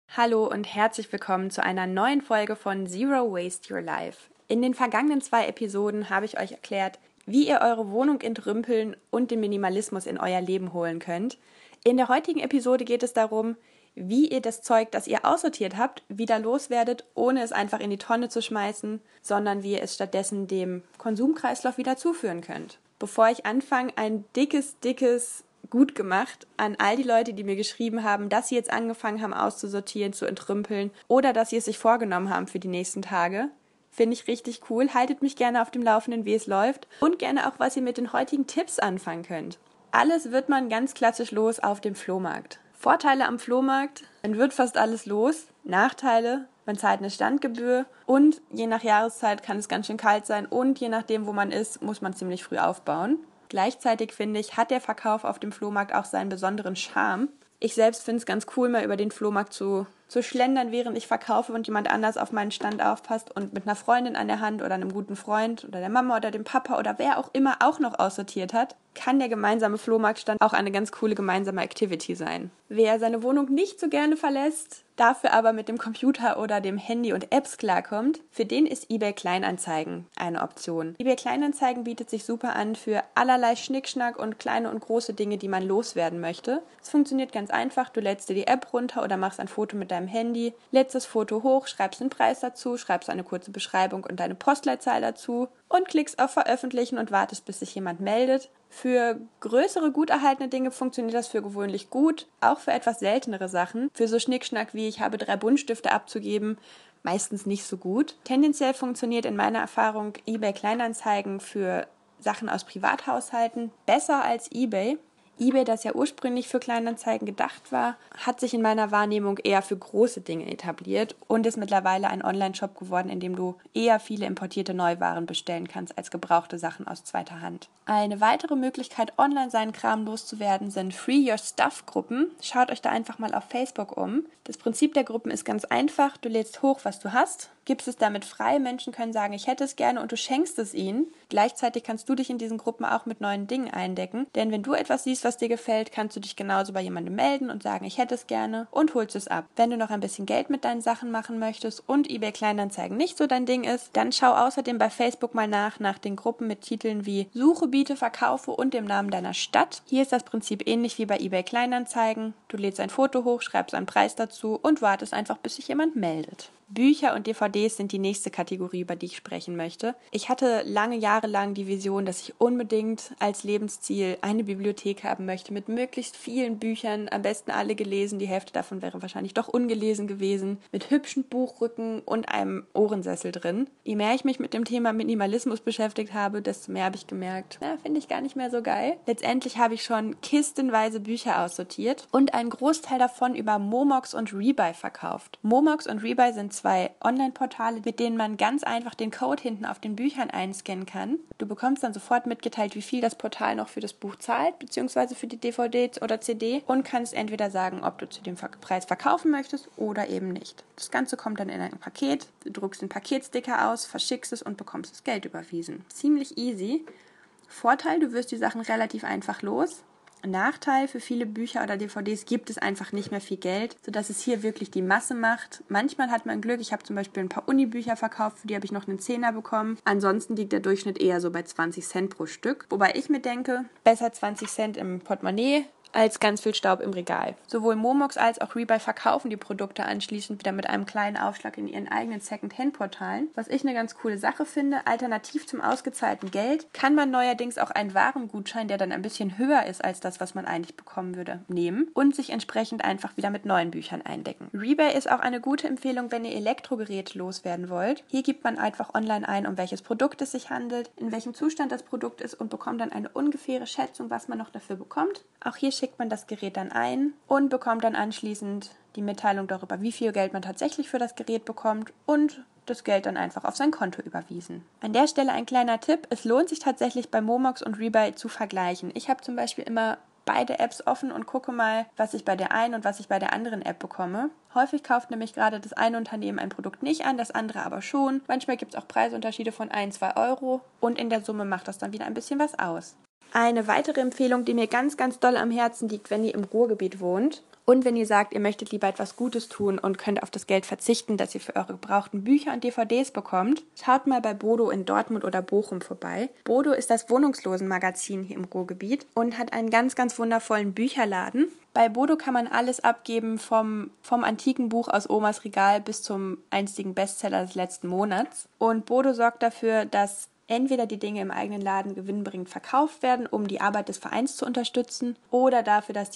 Hallo und herzlich willkommen zu einer neuen Folge von Zero Waste Your Life. In den vergangenen 2 Episoden habe ich euch erklärt, wie ihr eure Wohnung entrümpeln und den Minimalismus in euer Leben holen könnt. In der heutigen Episode geht es darum, wie ihr das Zeug, das ihr aussortiert habt, wieder loswerdet, ohne es einfach in die Tonne zu schmeißen, sondern wie ihr es stattdessen dem Konsumkreislauf wieder zuführen könnt. Bevor ich anfange, ein dickes gut gemacht an all die Leute, die mir geschrieben haben, dass sie jetzt angefangen haben auszusortieren, zu entrümpeln oder dass sie es sich vorgenommen haben für die nächsten Tage. Finde ich richtig cool. Haltet mich gerne auf dem Laufenden, wie es läuft und gerne auch, was ihr mit den heutigen Tipps anfangen könnt. Alles wird man ganz klassisch los auf dem Flohmarkt. Vorteile am Flohmarkt, man wird fast alles los. Nachteile, man zahlt eine Standgebühr und je nach Jahreszeit kann es ganz schön kalt sein und je nachdem, wo man ist, muss man ziemlich früh aufbauen. Gleichzeitig, finde ich, hat der Verkauf auf dem Flohmarkt auch seinen besonderen Charme. Ich selbst finde es ganz cool, mal über den Flohmarkt zu schlendern, während ich verkaufe und jemand anders auf meinen Stand aufpasst und mit einer Freundin an der Hand oder einem guten Freund oder der Mama oder dem Papa oder wer auch immer auch noch aussortiert hat, kann der gemeinsame Flohmarktstand auch eine ganz coole gemeinsame Activity sein. Wer seine Wohnung nicht so gerne verlässt, dafür aber mit dem Computer oder dem Handy und Apps klarkommt, für den ist eBay Kleinanzeigen eine Option. eBay Kleinanzeigen bietet sich super an für allerlei Schnickschnack und kleine und große Dinge, die man loswerden möchte. Es funktioniert ganz einfach, du lädst dir die App runter oder machst ein Foto mit deinem Handy, lädst das Foto hoch, schreibst den Preis dazu, schreibst eine kurze Beschreibung und deine Postleitzahl dazu und klickst auf Veröffentlichen und wartest, bis sich jemand meldet. Für größere, gut erhaltene Dinge funktioniert das für gewöhnlich gut, auch für etwas seltenere Sachen. Für so Schnickschnack wie ich habe 3 Buntstifte abzugeben, meistens nicht so gut. Tendenziell funktioniert in meiner Erfahrung eBay Kleinanzeigen für Sachen aus Privathaushalten besser als eBay. eBay, das ja ursprünglich für Kleinanzeigen gedacht war, hat sich in meiner Wahrnehmung eher für große Dinge etabliert und ist mittlerweile ein Online-Shop geworden, in dem du eher viele importierte Neuwaren bestellen kannst als gebrauchte Sachen aus zweiter Hand. Eine weitere Möglichkeit, online seinen Kram loszuwerden, sind Free Your Stuff-Gruppen. Schaut euch da einfach mal auf Facebook um. Das Prinzip der Gruppen ist ganz einfach. Du lädst hoch, was du hast, gibst es damit frei. Menschen können sagen, ich hätte es gerne und du schenkst es ihnen. Gleichzeitig kannst du dich in diesen Gruppen auch mit neuen Dingen eindecken. Denn wenn du etwas siehst, was dir gefällt, kannst du dich genauso bei jemandem melden und sagen, ich hätte es gerne und holst es ab. Wenn du noch ein bisschen Geld mit deinen Sachen machen möchtest und eBay Kleinanzeigen nicht so dein Ding ist, dann schau außerdem bei Facebook mal nach den Gruppen mit Titeln wie Suche, biete, verkaufe und dem Namen deiner Stadt. Hier ist das Prinzip ähnlich wie bei eBay Kleinanzeigen. Du lädst ein Foto hoch, schreibst einen Preis dazu und wartest einfach, bis sich jemand meldet. Bücher und DVDs sind die nächste Kategorie, über die ich sprechen möchte. Ich hatte lange Jahre lang die Vision, dass ich unbedingt als Lebensziel eine Bibliothek haben möchte mit möglichst vielen Büchern, am besten alle gelesen, die Hälfte davon wäre wahrscheinlich doch ungelesen gewesen, mit hübschen Buchrücken und einem Ohrensessel drin. Je mehr ich mich mit dem Thema Minimalismus beschäftigt habe, desto mehr habe ich gemerkt, finde ich gar nicht mehr so geil. Letztendlich habe ich schon kistenweise Bücher aussortiert und einen Großteil davon über Momox und Rebuy verkauft. Momox und Rebuy sind 2 Online-Portale, mit denen man ganz einfach den Code hinten auf den Büchern einscannen kann. Du bekommst dann sofort mitgeteilt, wie viel das Portal noch für das Buch zahlt, beziehungsweise für die DVD oder CD und kannst entweder sagen, ob du zu dem Preis verkaufen möchtest oder eben nicht. Das Ganze kommt dann in ein Paket, du druckst den Paketsticker aus, verschickst es und bekommst das Geld überwiesen. Ziemlich easy. Vorteil, du wirst die Sachen relativ einfach los. Nachteil, für viele Bücher oder DVDs gibt es einfach nicht mehr viel Geld, sodass es hier wirklich die Masse macht. Manchmal hat man Glück, ich habe zum Beispiel ein paar Unibücher verkauft, für die habe ich noch einen Zehner bekommen. Ansonsten liegt der Durchschnitt eher so bei 20 Cent pro Stück. Wobei ich mir denke, besser 20 Cent im Portemonnaie als ganz viel Staub im Regal. Sowohl Momox als auch Rebuy verkaufen die Produkte anschließend wieder mit einem kleinen Aufschlag in ihren eigenen Second-Hand-Portalen. Was ich eine ganz coole Sache finde, alternativ zum ausgezahlten Geld kann man neuerdings auch einen Warengutschein, der dann ein bisschen höher ist als das, was man eigentlich bekommen würde, nehmen und sich entsprechend einfach wieder mit neuen Büchern eindecken. Rebuy ist auch eine gute Empfehlung, wenn ihr Elektrogeräte loswerden wollt. Hier gibt man einfach online ein, um welches Produkt es sich handelt, in welchem Zustand das Produkt ist und bekommt dann eine ungefähre Schätzung, was man noch dafür bekommt. Auch hier schickt man das Gerät dann ein und bekommt dann anschließend die Mitteilung darüber, wie viel Geld man tatsächlich für das Gerät bekommt und das Geld dann einfach auf sein Konto überwiesen. An der Stelle ein kleiner Tipp, es lohnt sich tatsächlich bei Momox und Rebuy zu vergleichen. Ich habe zum Beispiel immer beide Apps offen und gucke mal, was ich bei der einen und was ich bei der anderen App bekomme. Häufig kauft nämlich gerade das eine Unternehmen ein Produkt nicht an, das andere aber schon. Manchmal gibt es auch Preisunterschiede von 1-2 Euro und in der Summe macht das dann wieder ein bisschen was aus. Eine weitere Empfehlung, die mir ganz, ganz doll am Herzen liegt, wenn ihr im Ruhrgebiet wohnt Und wenn ihr sagt, ihr möchtet lieber etwas Gutes tun und könnt auf das Geld verzichten, das ihr für eure gebrauchten Bücher und DVDs bekommt, schaut mal bei Bodo in Dortmund oder Bochum vorbei. Bodo ist das Wohnungslosenmagazin hier im Ruhrgebiet und hat einen ganz, ganz wundervollen Bücherladen. Bei Bodo kann man alles abgeben, vom antiken Buch aus Omas Regal bis zum einstigen Bestseller des letzten Monats. Und Bodo sorgt dafür, dass entweder die Dinge im eigenen Laden gewinnbringend verkauft werden, um die Arbeit des Vereins zu unterstützen, oder dafür, dass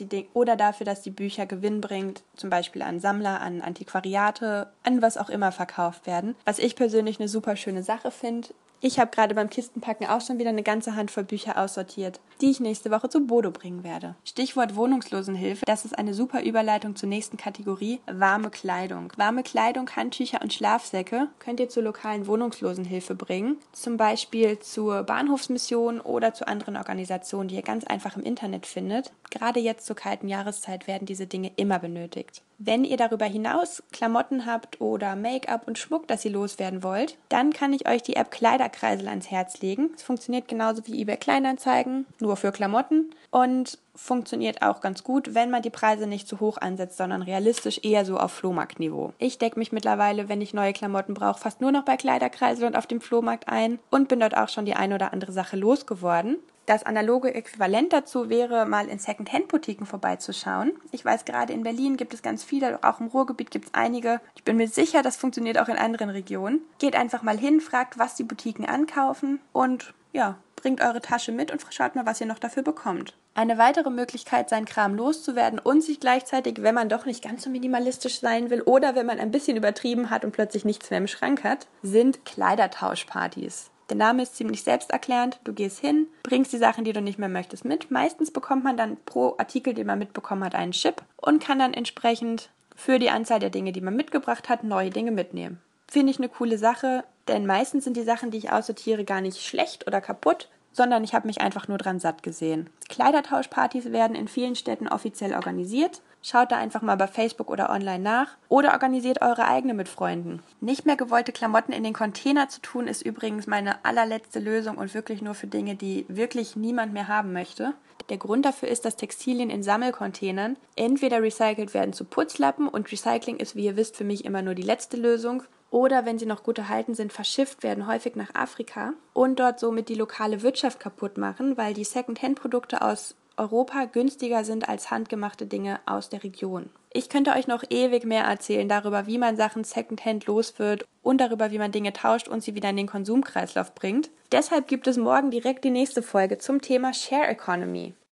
die Bücher gewinnbringend zum Beispiel an Sammler, an Antiquariate, an was auch immer verkauft werden. Was ich persönlich eine super schöne Sache finde. Ich habe gerade beim Kistenpacken auch schon wieder eine ganze Handvoll Bücher aussortiert, die ich nächste Woche zu Bodo bringen werde. Stichwort Wohnungslosenhilfe, das ist eine super Überleitung zur nächsten Kategorie, warme Kleidung. Warme Kleidung, Handtücher und Schlafsäcke könnt ihr zur lokalen Wohnungslosenhilfe bringen, zum Beispiel zur Bahnhofsmission oder zu anderen Organisationen, die ihr ganz einfach im Internet findet. Gerade jetzt zur kalten Jahreszeit werden diese Dinge immer benötigt. Wenn ihr darüber hinaus Klamotten habt oder Make-up und Schmuck, das ihr loswerden wollt, dann kann ich euch die App Kleiderkreisel ans Herz legen. Es funktioniert genauso wie eBay Kleinanzeigen, nur für Klamotten und funktioniert auch ganz gut, wenn man die Preise nicht zu hoch ansetzt, sondern realistisch eher so auf Flohmarktniveau. Ich decke mich mittlerweile, wenn ich neue Klamotten brauche, fast nur noch bei Kleiderkreisel und auf dem Flohmarkt ein und bin dort auch schon die ein oder andere Sache losgeworden. Das analoge Äquivalent dazu wäre, mal in Second-Hand-Boutiquen vorbeizuschauen. Ich weiß, gerade in Berlin gibt es ganz viele, auch im Ruhrgebiet gibt es einige. Ich bin mir sicher, das funktioniert auch in anderen Regionen. Geht einfach mal hin, fragt, was die Boutiquen ankaufen und ja, bringt eure Tasche mit und schaut mal, was ihr noch dafür bekommt. Eine weitere Möglichkeit, seinen Kram loszuwerden und sich gleichzeitig, wenn man doch nicht ganz so minimalistisch sein will oder wenn man ein bisschen übertrieben hat und plötzlich nichts mehr im Schrank hat, sind Kleidertauschpartys. Der Name ist ziemlich selbsterklärend. Du gehst hin, bringst die Sachen, die du nicht mehr möchtest, mit. Meistens bekommt man dann pro Artikel, den man mitbekommen hat, einen Chip und kann dann entsprechend für die Anzahl der Dinge, die man mitgebracht hat, neue Dinge mitnehmen. Finde ich eine coole Sache, denn meistens sind die Sachen, die ich aussortiere, gar nicht schlecht oder kaputt, sondern ich habe mich einfach nur dran satt gesehen. Kleidertauschpartys werden in vielen Städten offiziell organisiert. Schaut da einfach mal bei Facebook oder online nach oder organisiert eure eigene mit Freunden. Nicht mehr gewollte Klamotten in den Container zu tun, ist übrigens meine allerletzte Lösung und wirklich nur für Dinge, die wirklich niemand mehr haben möchte. Der Grund dafür ist, dass Textilien in Sammelcontainern entweder recycelt werden zu Putzlappen und Recycling ist, wie ihr wisst, für mich immer nur die letzte Lösung. Oder wenn sie noch gut erhalten sind, verschifft werden, häufig nach Afrika und dort somit die lokale Wirtschaft kaputt machen, weil die Second-Hand-Produkte aus Europa günstiger sind als handgemachte Dinge aus der Region. Ich könnte euch noch ewig mehr erzählen darüber, wie man Sachen Secondhand los wird und darüber, wie man Dinge tauscht und sie wieder in den Konsumkreislauf bringt. Deshalb gibt es morgen direkt die nächste Folge zum Thema Share Economy.